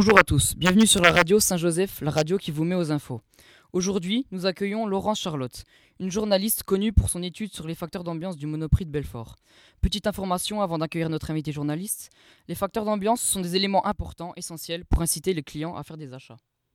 Bonjour à tous, bienvenue sur la radio Saint-Joseph, la radio qui vous met aux infos. Aujourd'hui, nous accueillons Laurence Charlotte, une journaliste connue pour son étude sur les facteurs d'ambiance du Monoprix de Belfort. Petite information avant d'accueillir notre invité journaliste, les facteurs d'ambiance sont des éléments importants, essentiels pour inciter les clients à faire des achats.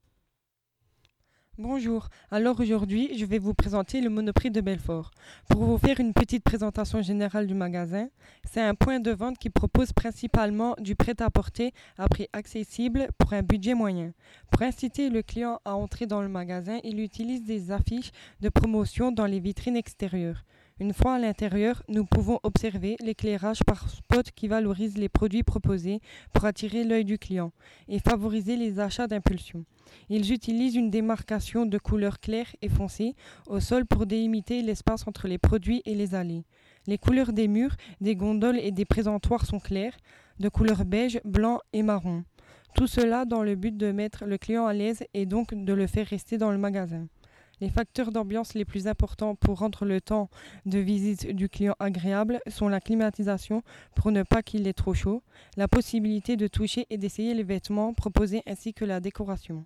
Bonjour, alors aujourd'hui je vais vous présenter le Monoprix de Belfort. Pour vous faire une petite présentation générale du magasin, c'est un point de vente qui propose principalement du prêt-à-porter à prix accessible pour un budget moyen. Pour inciter le client à entrer dans le magasin, il utilise des affiches de promotion dans les vitrines extérieures. Une fois à l'intérieur, nous pouvons observer l'éclairage par spot qui valorise les produits proposés pour attirer l'œil du client et favoriser les achats d'impulsion. Ils utilisent une démarcation de couleurs claires et foncées au sol pour délimiter l'espace entre les produits et les allées. Les couleurs des murs, des gondoles et des présentoirs sont claires, de couleur beige, blanc et marron. Tout cela dans le but de mettre le client à l'aise et donc de le faire rester dans le magasin. Les facteurs d'ambiance les plus importants pour rendre le temps de visite du client agréable sont la climatisation pour ne pas qu'il ait trop chaud, la possibilité de toucher et d'essayer les vêtements proposés ainsi que la décoration.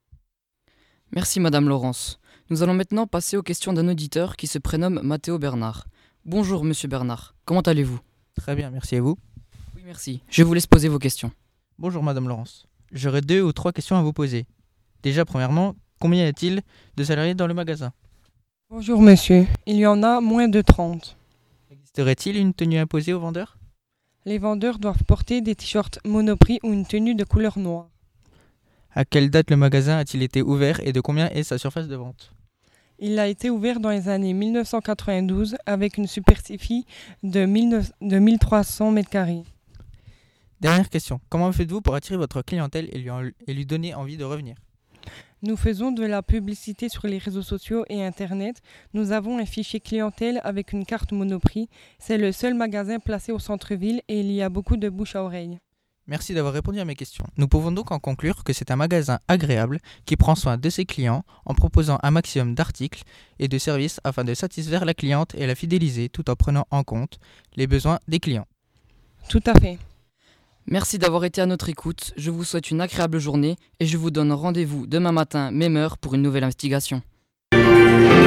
Merci Madame Laurence. Nous allons maintenant passer aux questions d'un auditeur qui se prénomme Mathéo Bernard. Bonjour Monsieur Bernard, comment allez-vous ? Très bien, merci à vous. Oui, merci. Je vous laisse poser vos questions. Bonjour Madame Laurence. J'aurais 2 ou 3 questions à vous poser. Déjà, premièrement, combien y a-t-il de salariés dans le magasin ? Bonjour monsieur, il y en a moins de 30. Existerait-il une tenue imposée aux vendeurs ? Les vendeurs doivent porter des t-shirts Monoprix ou une tenue de couleur noire. À quelle date le magasin a-t-il été ouvert et de combien est sa surface de vente ? Il a été ouvert dans les années 1992 avec une superficie de 1300 m². Dernière question, comment faites-vous pour attirer votre clientèle et lui donner envie de revenir ? Nous faisons de la publicité sur les réseaux sociaux et Internet. Nous avons un fichier clientèle avec une carte Monoprix. C'est le seul magasin placé au centre-ville et il y a beaucoup de bouche à oreille. Merci d'avoir répondu à mes questions. Nous pouvons donc en conclure que c'est un magasin agréable qui prend soin de ses clients en proposant un maximum d'articles et de services afin de satisfaire la cliente et la fidéliser tout en prenant en compte les besoins des clients. Tout à fait. Merci d'avoir été à notre écoute, je vous souhaite une agréable journée et je vous donne rendez-vous demain matin, même heure, pour une nouvelle investigation.